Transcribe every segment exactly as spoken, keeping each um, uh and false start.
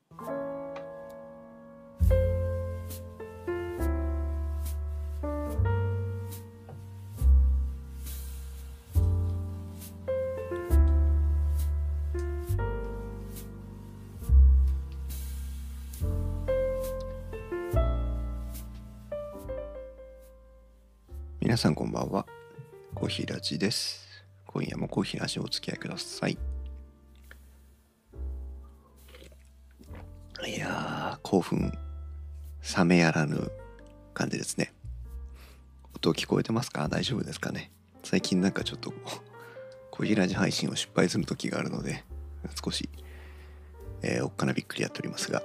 皆さんこんばんは。コーヒーラジです。今夜もコーヒーラジをお付き合いください。いやー、興奮冷めやらぬ感じですね。音聞こえてますか？大丈夫ですかね？最近なんかちょっとコーヒーラジ配信を失敗する時があるので少し、えー、おっかなびっくりやっておりますが、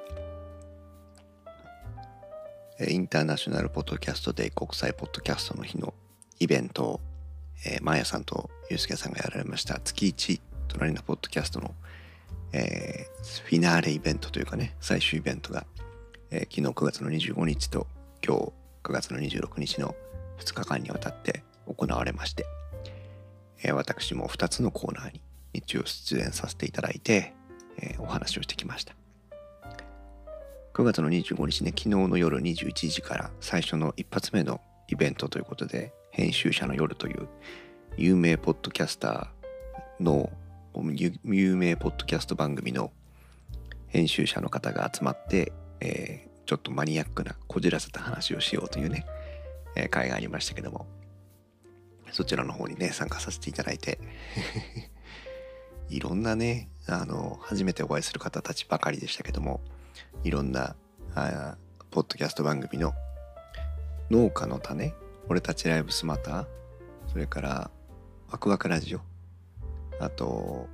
インターナショナルポッドキャストデー、国際ポッドキャストの日のイベントを、えー、マーヤさんとユースケさんがやられました月いち隣のポッドキャストの、えー、フィナーレイベントというかね、最終イベントが、えー、昨日くがつのにじゅうごにちと今日くがつのにじゅうろくにちのふつかかんにわたって行われまして、えー、私もふたつのコーナーに一応出演させていただいて、えー、お話をしてきました。くがつのにじゅうごにちね、昨日の夜にじゅういちじから最初の一発目のイベントということで、編集者の夜という有名ポッドキャスターの有名ポッドキャスト番組の編集者の方が集まって、えー、ちょっとマニアックなこじらせた話をしようというね、えー、会がありましたけども、そちらの方にね参加させていただいていろんなね、あの初めてお会いする方たちばかりでしたけども、いろんなあポッドキャスト番組の農家の種、俺たちライブスマター、それからワクワクラジオ、あと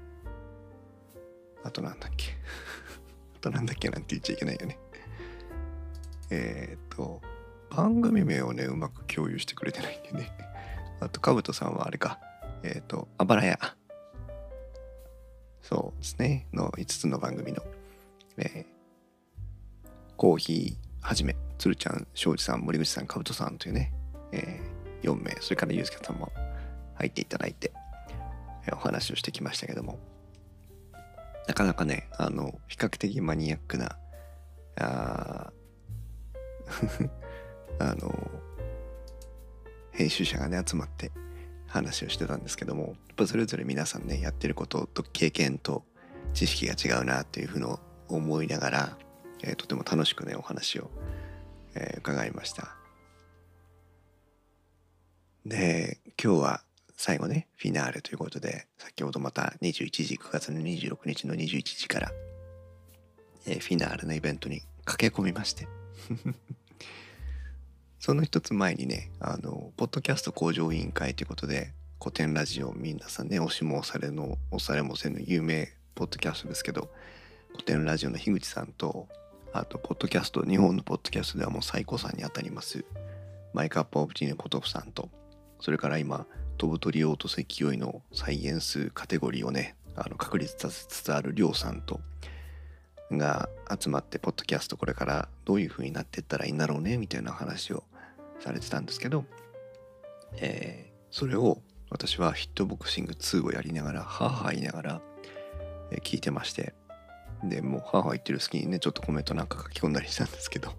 あとなんだっけあとなんだっけなんて言っちゃいけないよね。えっと番組名をねうまく共有してくれてないんでね。あとカブトさんはあれか、えっとあばらや、そうですねのいつつの番組の、えー、コーヒーはじめ、つるちゃん、庄司さん、森口さん、かぶとさんというね、えー、よんめい、それからゆうすけさんも入っていただいて、えー、お話をしてきましたけども、なかなかね、あの比較的マニアックなああの編集者がね集まって話をしてたんですけども、やっぱそれぞれ皆さんねやってることと経験と知識が違うなっていうふうの思いながら、えー、とても楽しくねお話を、えー、伺いました。で、今日は最後ねフィナーレということで、先ほどまたにじゅういちじ、くがつのにじゅうろくにちのにじゅういちじから、えー、フィナーレのイベントに駆け込みましてその一つ前にね、あのポッドキャスト向上委員会ということで、古典ラジオ皆さんね押しも押されの押されもせぬ有名ポッドキャストですけど、古典ラジオの樋口さんと、あとポッドキャスト、日本のポッドキャストではもう最高さんにあたりますマイカップオブティーのポトフさんと、それから今飛ぶ鳥を落とす勢いのサイエンスカテゴリーをねあの確立させつつあるりょうさんとが集まって、ポッドキャストこれからどういう風になっていったらいいんだろうねみたいな話をされてたんですけど、えー、それを私はヒットボクシングツーをやりながらハーハー言いながら、えー、聞いてまして、でもうハーハー言ってる隙にねちょっとコメントなんか書き込んだりしたんですけど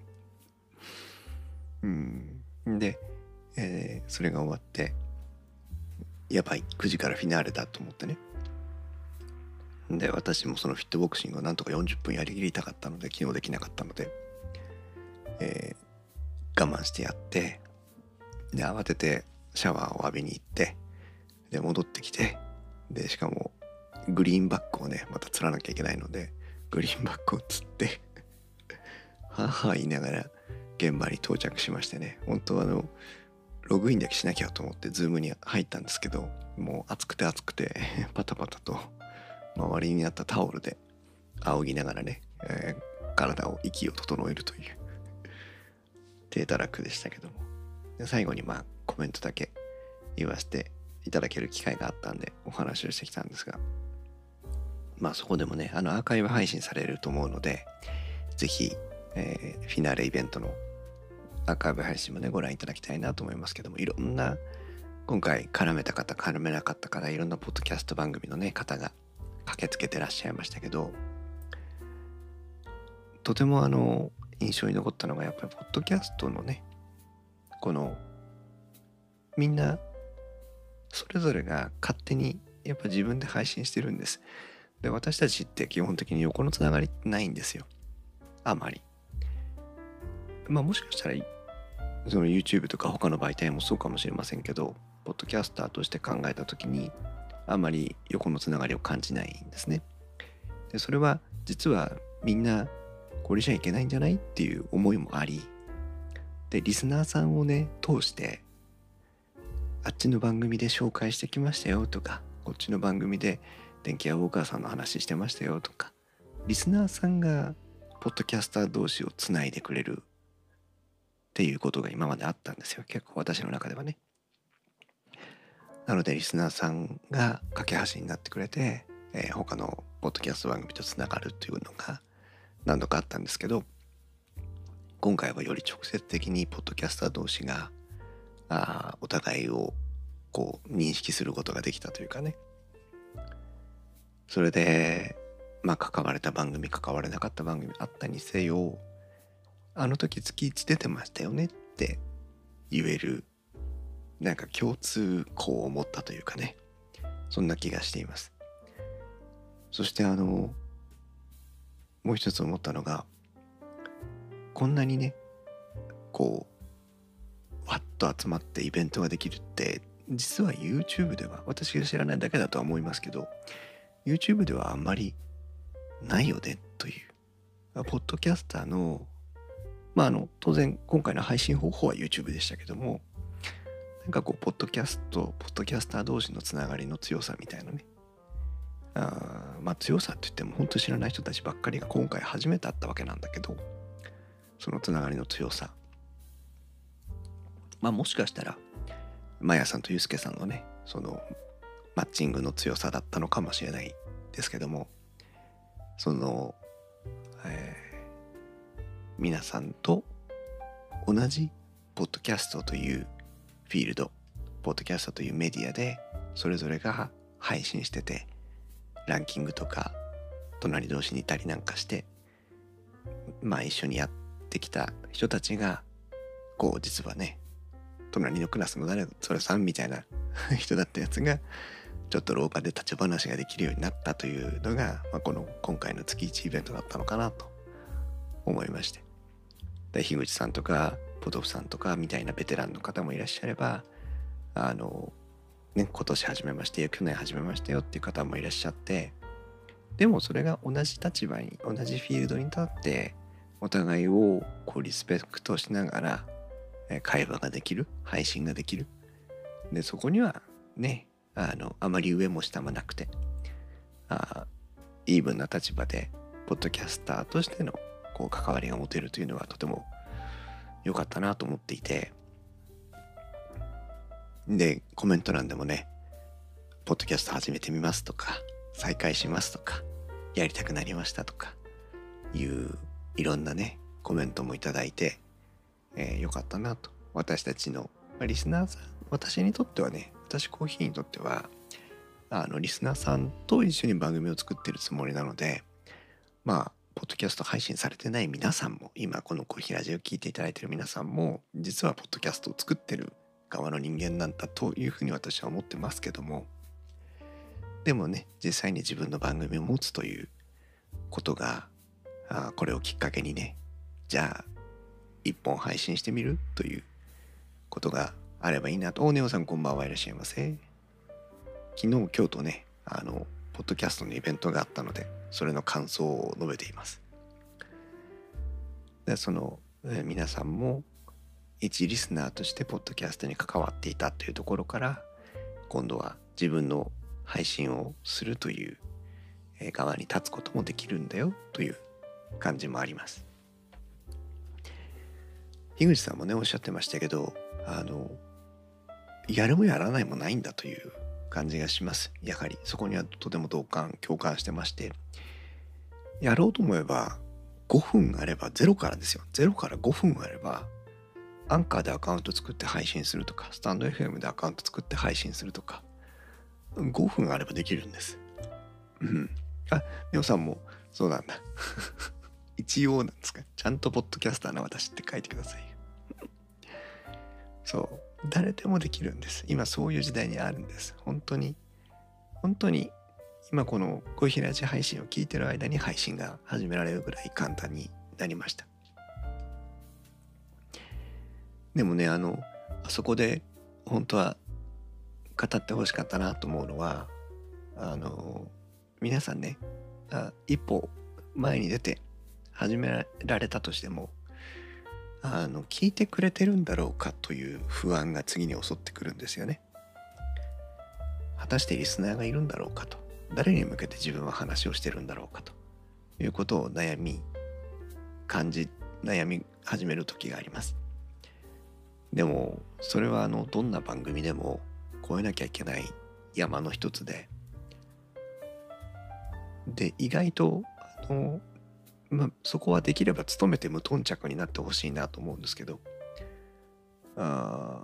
うんで、えー、それが終わって、やばいくじからフィナーレだと思ってね、で私もそのフィットボクシングをなんとかよんじゅっぷんやりきりたかったので、昨日できなかったので、えー、我慢してやって、で慌ててシャワーを浴びに行って、で戻ってきて、でしかもグリーンバックをねまた釣らなきゃいけないので、グリーンバックを釣ってはぁはぁ言いながら現場に到着しましてね、本当はあのログインだけしなきゃと思ってズームに入ったんですけど、もう暑くて暑くてパタパタと周りにあったタオルで仰ぎながらね、えー、体を息を整えるという低たらくでしたけども、で最後にまあコメントだけ言わせていただける機会があったんでお話をしてきたんですが、まあそこでもねあのアーカイブ配信されると思うので、ぜひ、えー、フィナーレイベントのアーカイブ配信もねご覧いただきたいなと思いますけども、いろんな今回絡めた方絡めなかった方、いろんなポッドキャスト番組のね方が駆けつけてらっしゃいましたけど、 とてもあの印象に残ったのがやっぱりポッドキャストのねこのみんなそれぞれが勝手にやっぱ自分で配信してるんです。で私たちって基本的に横のつながりってないんですよ、あまり。まあもしかしたらその YouTube とか他の媒体もそうかもしれませんけど、ポッドキャスターとして考えた時にあまり横のつながりを感じないんですね。でそれは実はみんなこれじゃいけないんじゃないっていう思いもあり、でリスナーさんをね通してあっちの番組で紹介してきましたよとか、こっちの番組で電気屋ウォーカーさんの話してましたよとか、リスナーさんがポッドキャスター同士をつないでくれるっていうことが今まであったんですよ、結構私の中ではね。なのでリスナーさんが架け橋になってくれて、えー、他のポッドキャスト番組とつながるというのが何度かあったんですけど、今回はより直接的にポッドキャスター同士があお互いをこう認識することができたというかね。それでまあ関われた番組関われなかった番組あったにせよ、あの時月いち出てましたよねって言えるなんか共通項を持ったというかね、そんな気がしています。そしてあのもう一つ思ったのが、こんなにねこうわっと集まってイベントができるって実は YouTube では、私が知らないだけだとは思いますけど YouTube ではあんまりないよねという、ポッドキャスターのまああの当然今回の配信方法は YouTube でしたけども、なんかこうポッドキャストポッドキャスター同士のつながりの強さみたいなね、あまあ強さって言っても本当知らない人たちばっかりが今回初めて会ったわけなんだけど、そのつながりの強さ、まあもしかしたらマヤさんとユうスケさんのねそのマッチングの強さだったのかもしれないですけども、その、えー、皆さんと同じポッドキャストというフィールド、ポッドキャストというメディアでそれぞれが配信してて、ランキングとか隣同士にいたりなんかして、まあ一緒にやってきた人たちがこう実はね隣のクラスの誰それさんみたいな人だったやつがちょっと廊下で立ち話ができるようになったというのが、まあ、この今回の月いちイベントだったのかなと思いまして、で樋口さんとかポトフさんとかみたいなベテランの方もいらっしゃれば、あのね今年始めましてよ去年始めましたよっていう方もいらっしゃって、でもそれが同じ立場に同じフィールドに立ってお互いをこうリスペクトしながら会話ができる、配信ができる。でそこにはねあのあまり上も下もなくて、あイーブンな立場でポッドキャスターとしてのこう関わりが持てるというのはとても良かったなと思っていて、でコメント欄でもねポッドキャスト始めてみますとか再開しますとかやりたくなりましたとかいういろんなねコメントもいただいて、えー、よかったなと。私たちの、まあ、リスナーさん、私にとってはね、私コーヒーにとってはあのリスナーさんと一緒に番組を作ってるつもりなので、まあポッドキャスト配信されてない皆さんも、今このコーヒーラジオを聞いていただいている皆さんも実はポッドキャストを作ってる側の人間なんだというふうに私は思ってますけども、でもね実際に自分の番組を持つということが、あこれをきっかけにね、じゃあ一本配信してみるということがあればいいなと。おネオさんこんばんはいらっしゃいませ。昨日今日とねあのポッドキャストのイベントがあったのでそれの感想を述べています。でその、えー、皆さんも一リスナーとしてポッドキャストに関わっていたというところから、今度は自分の配信をするという側に立つこともできるんだよという感じもあります。樋口さんもねおっしゃってましたけど、あのやるもやらないもないんだという感じがします。やはりそこにはとても同感共感してまして、やろうと思えばごふんあれば、ゼロからですよ、ゼロからごふんあればアンカーでアカウント作って配信するとか、スタンド エフエム でアカウント作って配信するとか、ごふんあればできるんです。うん。あ、ネオさんもそうなんだ一応なんですか、ちゃんとポッドキャスターな私って書いてくださいよ。そう、誰でもできるんです。今そういう時代にあるんです。本当に本当に今このごひらじ配信を聞いてる間に配信が始められるぐらい簡単になりました。でもね、あのあそこで本当は語ってほしかったなと思うのは、あの皆さんね、あ一歩前に出て始められたとしても、あの聞いてくれてるんだろうかという不安が次に襲ってくるんですよね。果たしてリスナーがいるんだろうかと、誰に向けて自分は話をしてるんだろうかということを悩み感じ悩み始める時があります。でもそれはあのどんな番組でも越えなきゃいけない山の一つで、で意外とあの、まあ、そこはできれば努めて無頓着になってほしいなと思うんですけど、あ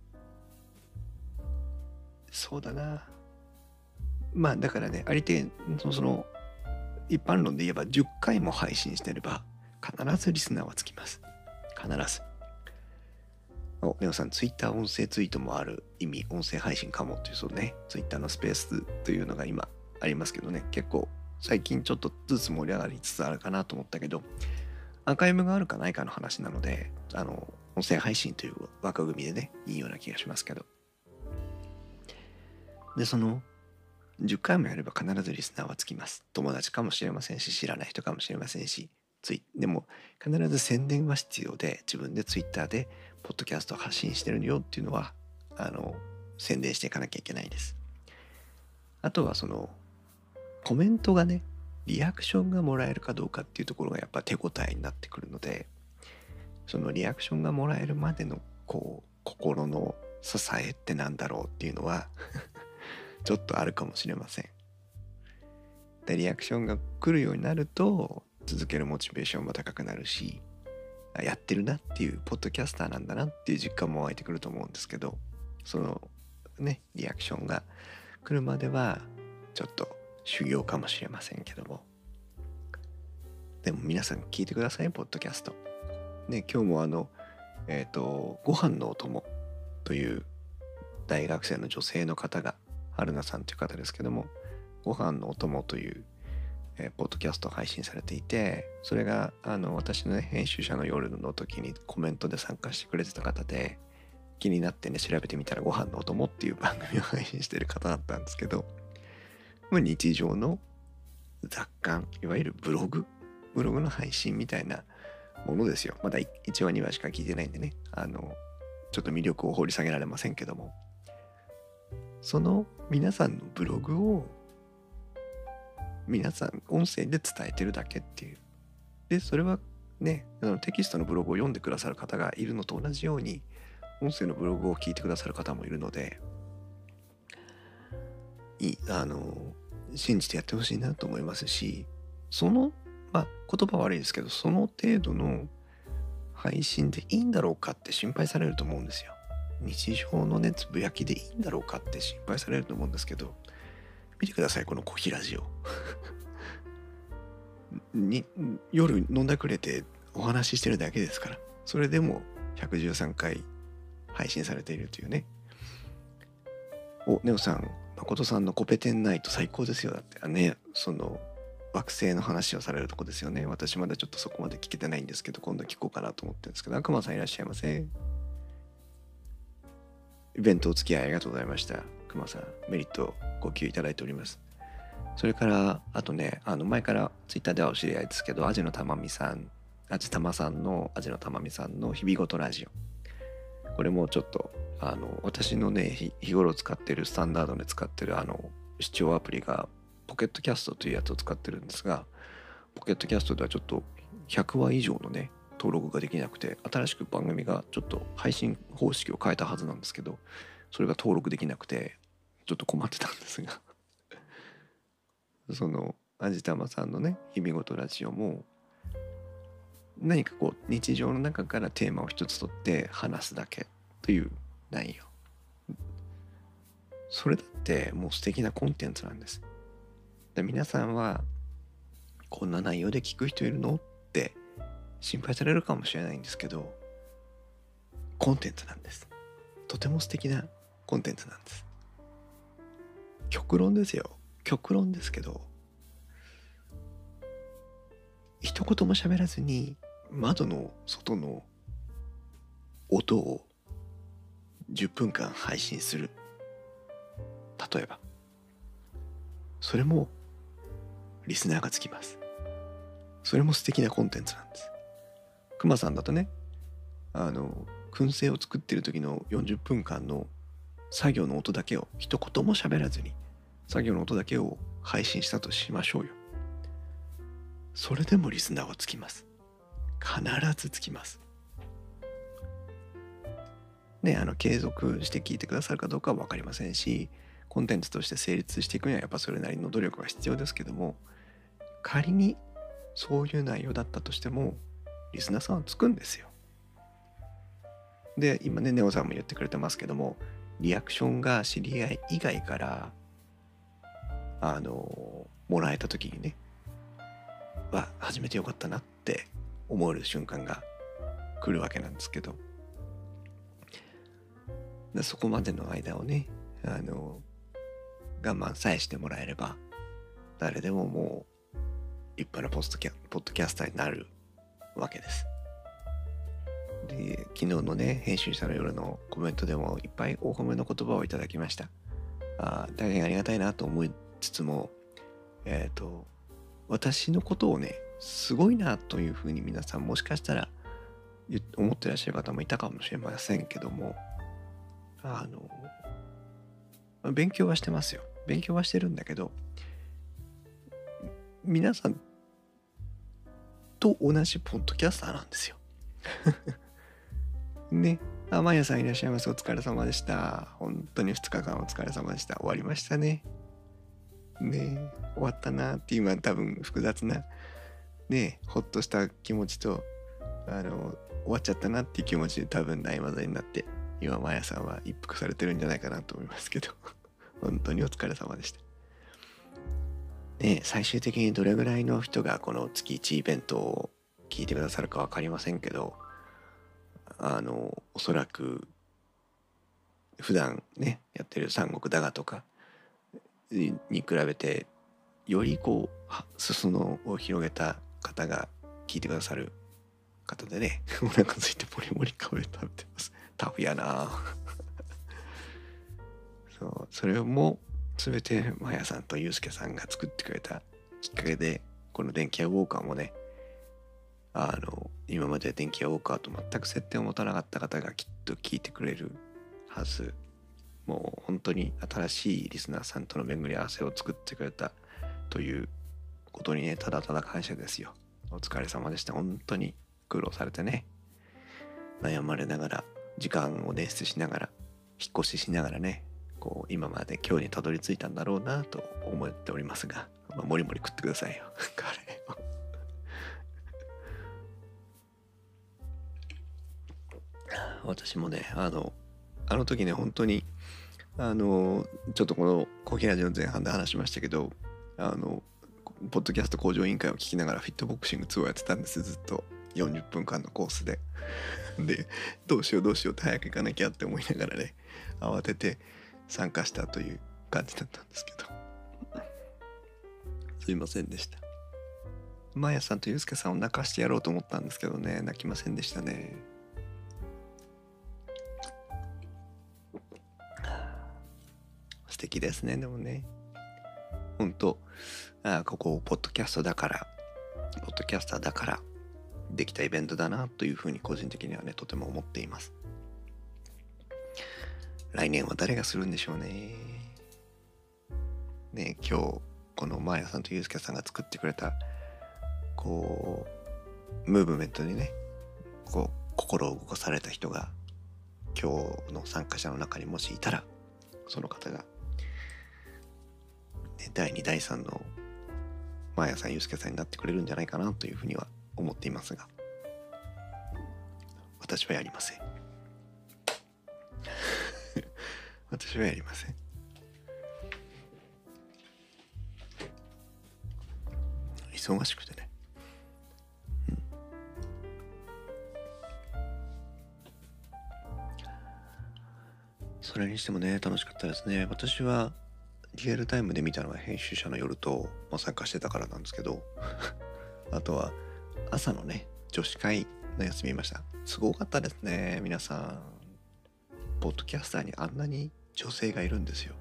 そうだな、まあだからね、ありてそその一般論で言えばじゅっかいも配信してれば必ずリスナーはつきます。必ず。お、ネオさん、ツイッター音声ツイートもある意味、音声配信かもっていう、そうね、ツイッターのスペースというのが今ありますけどね、結構最近ちょっとずつ盛り上がりつつあるかなと思ったけど、アーカイブがあるかないかの話なので、あの、音声配信という枠組みでね、いいような気がしますけど。で、その、じゅっかいもやれば必ずリスナーはつきます。友達かもしれませんし、知らない人かもしれませんし、ツイでも必ず宣伝は必要で、自分でツイッターでポッドキャストを発信してるよっていうのはあの宣伝していかなきゃいけないです。あとはそのコメントがね、リアクションがもらえるかどうかっていうところがやっぱ手応えになってくるので、そのリアクションがもらえるまでのこう心の支えってなんだろうっていうのはちょっとあるかもしれません。でリアクションが来るようになると続けるモチベーションも高くなるし、やってるなっていうポッドキャスターなんだなっていう実感も湧いてくると思うんですけど、そのねリアクションが来るまではちょっと修行かもしれませんけども、でも皆さん聞いてください、ポッドキャストね。今日もあのえっ、ー、とご飯のお供という大学生の女性の方が、春菜さんという方ですけども、ご飯のお供というえー、ポッドキャストを配信されていて、それがあの私の、ね、編集者の夜の時にコメントで参加してくれてた方で、気になってね調べてみたらご飯のお供っていう番組を配信してる方だったんですけど、日常の雑感、いわゆるブログブログの配信みたいなものですよ。まだいちわにわしか聞いてないんでね、あのちょっと魅力を掘り下げられませんけども、その皆さんのブログを皆さん音声で伝えてるだけっていう。でそれはね、あのテキストのブログを読んでくださる方がいるのと同じように、音声のブログを聞いてくださる方もいるので、いあの信じてやってほしいなと思いますし、そのまあ言葉悪いですけど、その程度の配信でいいんだろうかって心配されると思うんですよ。日常のねつぶやきでいいんだろうかって心配されると思うんですけど、見てください、この小平ジオに夜飲んだくれてお話ししてるだけですから、それでもひゃくじゅうさんかい配信されているというね。お、ネオさん、誠さんのコペテンナイト最高ですよ。だってね、その惑星の話をされるとこですよね。私まだちょっとそこまで聞けてないんですけど、今度聞こうかなと思ってるんですけど、悪魔さんいらっしゃいませ。イベントお付き合いありがとうございました。熊さん、メリットご給いただいております。それからあとね、あの前からツイッターではお知り合いですけど、アジのたまみさん、アジたまさんのアジのたまみさんの日々ごとラジオ、これもちょっとあの私のね日頃使ってるスタンダードで使ってるあの視聴アプリがポケットキャストというやつを使ってるんですが、ポケットキャストではちょっとひゃくわ以上のね登録ができなくて、新しく番組がちょっと配信方式を変えたはずなんですけど、それが登録できなくてちょっと困ってたんですがそのアジタマさんのね日々ごとラジオも何かこう日常の中からテーマを一つ取って話すだけという内容、それだってもう素敵なコンテンツなんです。で皆さんはこんな内容で聞く人いるのっって心配されるかもしれないんですけど、コンテンツなんです。とても素敵なコンテンツなんです。極論ですよ。極論ですけど、一言も喋らずに窓の外の音をじゅっぷんかん配信する。例えば、それもリスナーがつきます。それも素敵なコンテンツなんです。クマさんだとね、あの燻製を作ってる時のよんじゅっぷんかんの作業の音だけを一言も喋らずに作業の音だけを配信したとしましょうよ。それでもリスナーはつきます。必ずつきます。ね、あの継続して聞いてくださるかどうかは分かりませんし、コンテンツとして成立していくにはやっぱそれなりの努力が必要ですけども、仮にそういう内容だったとしてもリスナーさんはつくんですよ。で、今ねネオさんも言ってくれてますけども、リアクションが知り合い以外からあのもらえた時にね、わ、始めてよかったなって思える瞬間が来るわけなんですけど、でそこまでの間をね、あの我慢さえしてもらえれば誰でももう立派なポッドキャ、ポッドキャスターになるわけです。で、昨日のね編集者の夜のコメントでもいっぱいお褒めの言葉をいただきました。あ、大変ありがたいなと思いつつも、えっと私のことをねすごいなというふうに皆さんもしかしたら思ってらっしゃる方もいたかもしれませんけども、あの勉強はしてますよ。勉強はしてるんだけど、皆さんと同じポッドキャスターなんですよ。ね。あ、まやさんいらっしゃいます。お疲れ様でした。本当にふつかかんお疲れ様でした。終わりましたね。ね、終わったなって今多分複雑なね、ほっとした気持ちと、あの終わっちゃったなっていう気持ちで多分ないまざになって、今まやさんは一服されてるんじゃないかなと思いますけど本当にお疲れ様でした。ね、最終的にどれぐらいの人がこの月いちイベントを聞いてくださるか分かりませんけど、あのおそらく普段ねやってる三国だがとかに比べてよりこう裾野を広げた方が聞いてくださる方でね、お腹空いてモリモリカレー食べてます。タフやなそう、それも全てマヤさんとユうスケさんが作ってくれたきっかけで、この電気屋ウォーカーもね、あの今まで電気屋ウォーカーと全く接点を持たなかった方がきっと聞いてくれるはず。もう本当に新しいリスナーさんとの巡り合わせを作ってくれたということにね、ただただ感謝ですよ。お疲れ様でした。本当に苦労されてね、悩まれながら時間を捻出しながら引っ越ししながらね、こう今まで今日にたどり着いたんだろうなと思っておりますが、まあ、もりもり食ってくださいよカレーを私もね、あのあの時ね、本当にあのちょっとこのコーヒーラジオの前半で話しましたけど、あのポッドキャスト向上委員会を聞きながらフィットボクシングツーをやってたんです。ずっとよんじゅっぷんかんのコースでで、どうしようどうしようって早く行かなきゃって思いながらね、慌てて参加したという感じだったんですけどすいませんでした。マヤさんとユうスケさんを泣かしてやろうと思ったんですけどね、泣きませんでしたね。素敵ですね。でもね、本当、あ、ここポッドキャストだからポッドキャスターだからできたイベントだなというふうに個人的にはね、とても思っています。来年は誰がするんでしょうね。ね、今日このマーヤさんとユうスケさんが作ってくれたこうムーブメントにね、こう心を動かされた人が今日の参加者の中にもしいたら、その方が、ね、だいにだいさんのマーヤさんユうスケさんになってくれるんじゃないかなというふうには思っていますが、私はやりません私はやりません。忙しくてね、うん、 それにしてもね、楽しかったですね。私はリアルタイムで見たのは編集者の夜と、まあ、参加してたからなんですけどあとは朝のね女子会のやつ見ました。すごかったですね。皆さんポッドキャスターにあんなに女性がいるんですよ。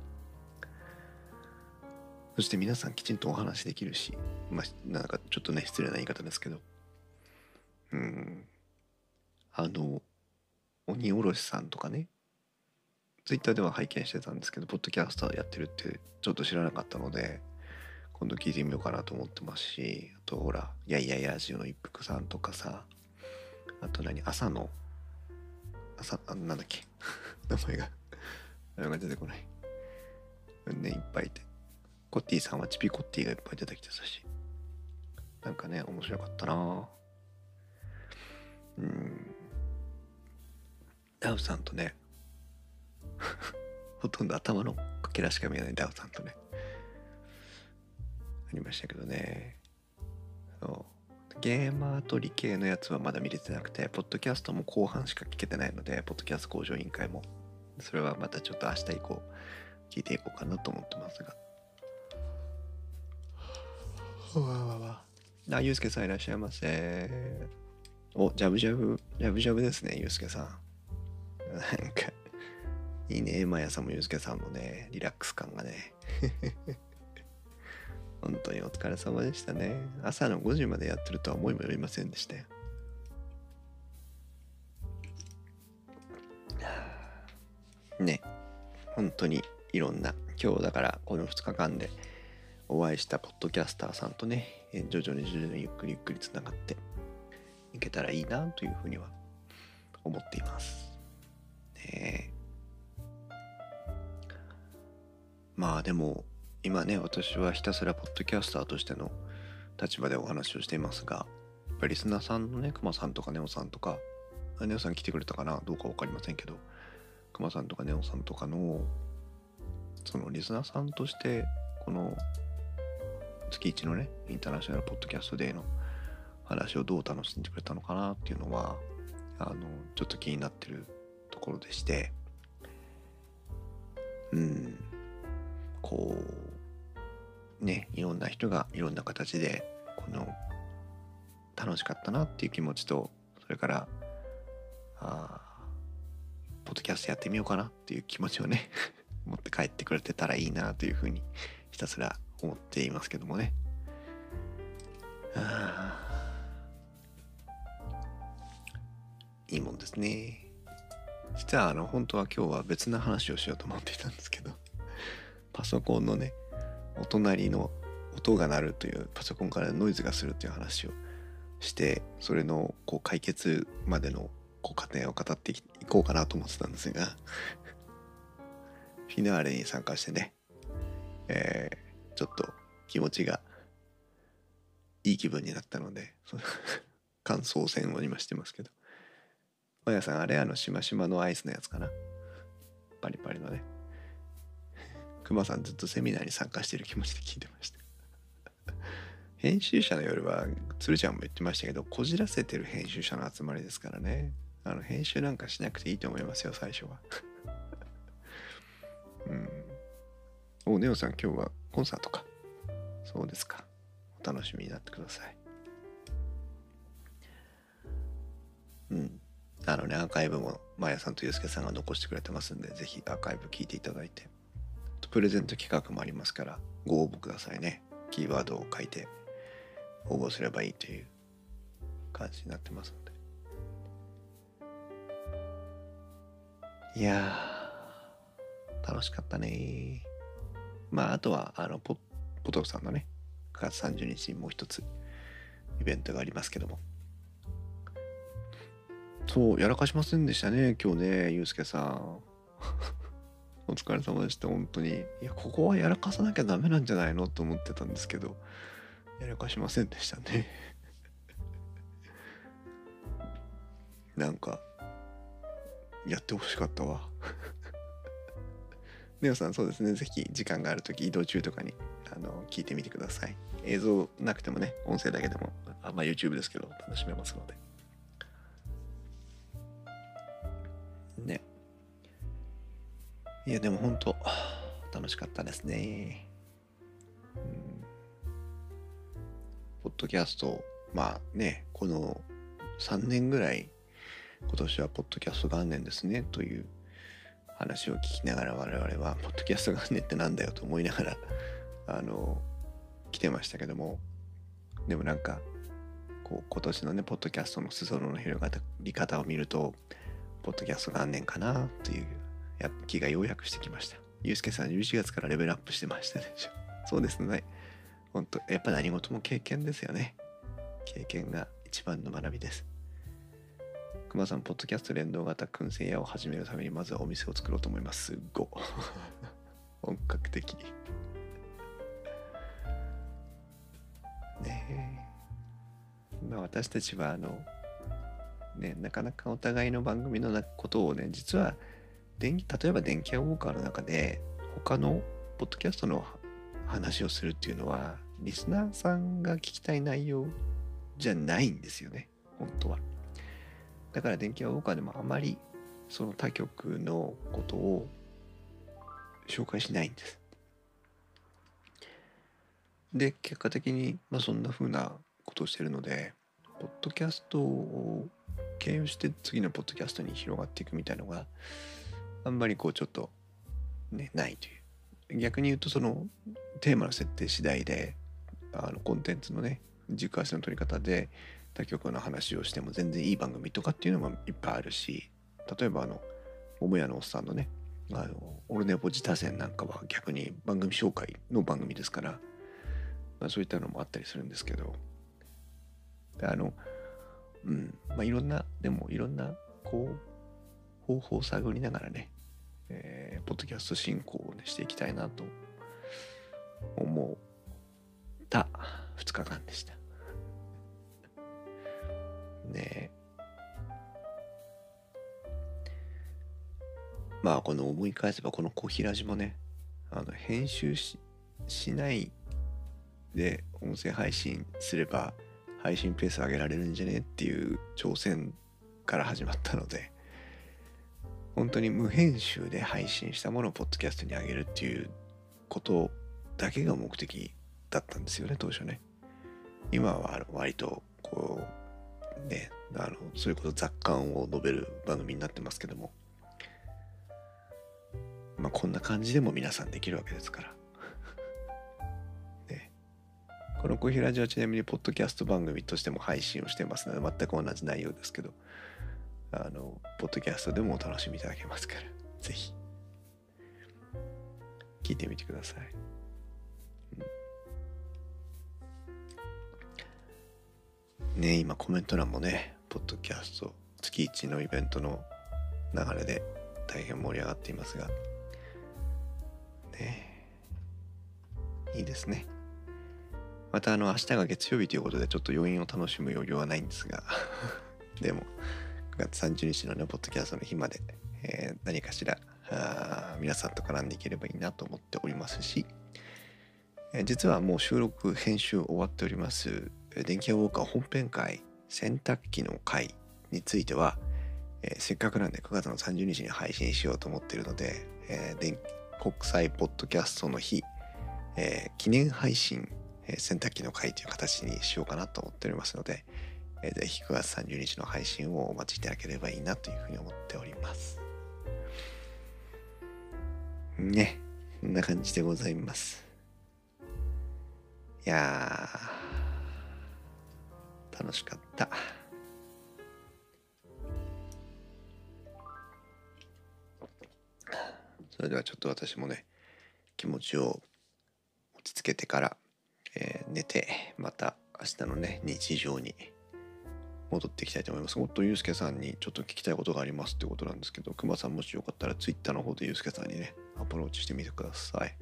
そして皆さんきちんとお話できるし、まあなんかちょっとね失礼な言い方ですけど、うんあの鬼おろしさんとかね、ツイッターでは拝見してたんですけど、ポッドキャスターやってるってちょっと知らなかったので、今度聞いてみようかなと思ってますし、あとほら、いやいやいやラジオの一服さんとかさ、あと何、朝の、朝、あなんだっけ、名前が、名前が出てこない。ね、いっぱいいて。コッティさんはチピコッティがいっぱい出てきてたし、なんかね、面白かったな。うん。ダウさんとね、ほとんど頭のかけらしか見えないダウさんとね、ありましたけどね。そうゲーマーと理系のやつはまだ見れてなくて、ポッドキャストも後半しか聞けてないので、ポッドキャスト向上委員会も、それはまたちょっと明日以降聞いていこうかなと思ってますが。わわわあ、ゆうすけさんいらっしゃいませ。お、ジャブジャブ、ジャブジャブですね、ゆうすけさん。なんか、いいね、まやさんもゆうすけさんもね、リラックス感がね。本当にお疲れ様でしたね。朝のごじまでやってるとは思いもよりませんでしたよ。ね、本当にいろんな、今日だからこのふつかかんでお会いしたポッドキャスターさんとね、徐々に徐々にゆっくりゆっくりつながっていけたらいいなというふうには思っています。ね、まあでも今ね、私はひたすらポッドキャスターとしての立場でお話をしていますが、やっぱりリスナーさんのね、くまさんとかネオさんとか、ネオさん来てくれたかなどうか分かりませんけど、くまさんとかネオさんとかのそのリスナーさんとしてこの月一のねインターナショナルポッドキャストデーの話をどう楽しんでくれたのかなっていうのはあのちょっと気になってるところでして、うんこうねいろんな人がいろんな形でこの楽しかったなっていう気持ちと、それからあポッドキャストやってみようかなっていう気持ちをね持って帰ってくれてたらいいなというふうにひたすら思っていますけどもね。あいいもんですね。実はあの本当は今日は別な話をしようと思っていたんですけど、パソコンのねお隣の音が鳴るという、パソコンからノイズがするという話をして、それのこう解決までのこう過程を語っていこうかなと思ってたんですがフィナーレに参加してね、えー、ちょっと気持ちがいい気分になったので感想戦を今してますけど、まやさんあれあのしましまのアイスのやつかな、パリパリのね。くまさんずっとセミナーに参加している気持ちで聞いてました編集者の夜はつるちゃんも言ってましたけど、こじらせてる編集者の集まりですからね。あの編集なんかしなくていいと思いますよ最初はうんおネオさん今日はコンサートか。そうですか、お楽しみになってください。うんあのねアーカイブもまやさんとゆうすけさんが残してくれてますんで、ぜひアーカイブ聞いていただいて、プレゼント企画もありますからご応募くださいね。キーワードを書いて応募すればいいという感じになってますので。いやー楽しかったね。まああとはあのポポトフさんのねくがつさんじゅうにちにもう一つイベントがありますけども、そうやらかしませんでしたね今日ね、ゆうすけさんお疲れ様でした。本当にいやここはやらかさなきゃダメなんじゃないのと思ってたんですけど、やらかしませんでしたねなんかやってほしかったわネオさんそうですね、ぜひ時間があるとき移動中とかにあの聞いてみてください。映像なくてもね音声だけでもあまあ YouTube ですけど楽しめますのでね。 いやでも本当楽しかったですね。うん、ポッドキャスト、まあね、このさんねんぐらい、今年はポッドキャスト元年ですねという話を聞きながら、我々はポッドキャスト元年ってなんだよと思いながらあの来てましたけども、でもなんかこう今年のねポッドキャストの裾野の広がり方を見ると、ポッドキャスト元年かなというや気がようやくしてきました。ゆうすけさんじゅういちがつからレベルアップしてましたでしょ。そうですね、本当やっぱ何事も経験ですよね。経験が一番の学びです。くまさん、ポッドキャスト連動型燻製屋を始めるためにまずはお店を作ろうと思います。すっご本格的ねえ。まあ私たちはあのね、なかなかお互いの番組のことをね、実は電例えば電気屋ウォーカーの中で他のポッドキャストの話をするっていうのはリスナーさんが聞きたい内容じゃないんですよね、本当は。だから電気屋ウォーカーでもあまりその他局のことを紹介しないんです。で、結果的に、まあ、そんな風なことをしてるので、ポッドキャストを経由して次のポッドキャストに広がっていくみたいのがあんまりこうちょっとねないという。逆に言うとそのテーマの設定次第であのコンテンツのね軸足の取り方で他局の話をしても全然いい番組とかっていうのもいっぱいあるし、例えばあの桃屋のおっさんのねあのオルネポ自他戦なんかは逆に番組紹介の番組ですから、まあ、そういったのもあったりするんですけど、あのうんまあいろんなでもいろんなこう方法を探りながらね、えー、ポッドキャスト進行を、ね、していきたいなと思ったふつかかんでしたね。まあこの思い返せばこのコヒラジもね、あの編集 し, しないで音声配信すれば配信ペース上げられるんじゃねっていう挑戦から始まったので、本当に無編集で配信したものをポッドキャストに上げるっていうことだけが目的だったんですよね、当初ね。今は割とこうね、あのそういうこと雑感を述べる番組になってますけども、まあこんな感じでも皆さんできるわけですからね。このコヒラジはちなみにポッドキャスト番組としても配信をしてますので、全く同じ内容ですけど、あのポッドキャストでもお楽しみいただけますから、ぜひ聞いてみてください。うん、ね、今コメント欄もね、ポッドキャスト月いちのイベントの流れで大変盛り上がっていますが、ね、いいですね。またあの明日が月曜日ということでちょっと余韻を楽しむ余裕はないんですがでもくがつさんじゅうにちのねポッドキャストの日まで、えー、何かしらあ皆さんと絡んでいければいいなと思っておりますし、えー、実はもう収録編集終わっております電気屋ウォーカー本編会洗濯機の会については、えー、せっかくなんでくがつのさんじゅうにちに配信しようと思っているので、えー、国際ポッドキャストの日、えー、記念配信洗濯機の会という形にしようかなと思っておりますので、えー、ぜひくがつさんじゅうにちの配信をお待ちいただければいいなというふうに思っておりますね。こんな感じでございます。いやー楽しかった。それではちょっと私もね気持ちを落ち着けてからえー、寝てまた明日のね日常に戻っていきたいと思います。もっとゆうすけさんにちょっと聞きたいことがありますってことなんですけど、くまさんもしよかったらツイッターの方でゆうすけさんにねアプローチしてみてください。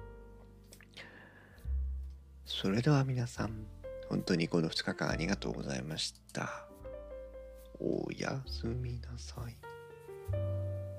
それでは皆さん本当にこのふつかかんありがとうございました。おやすみなさい。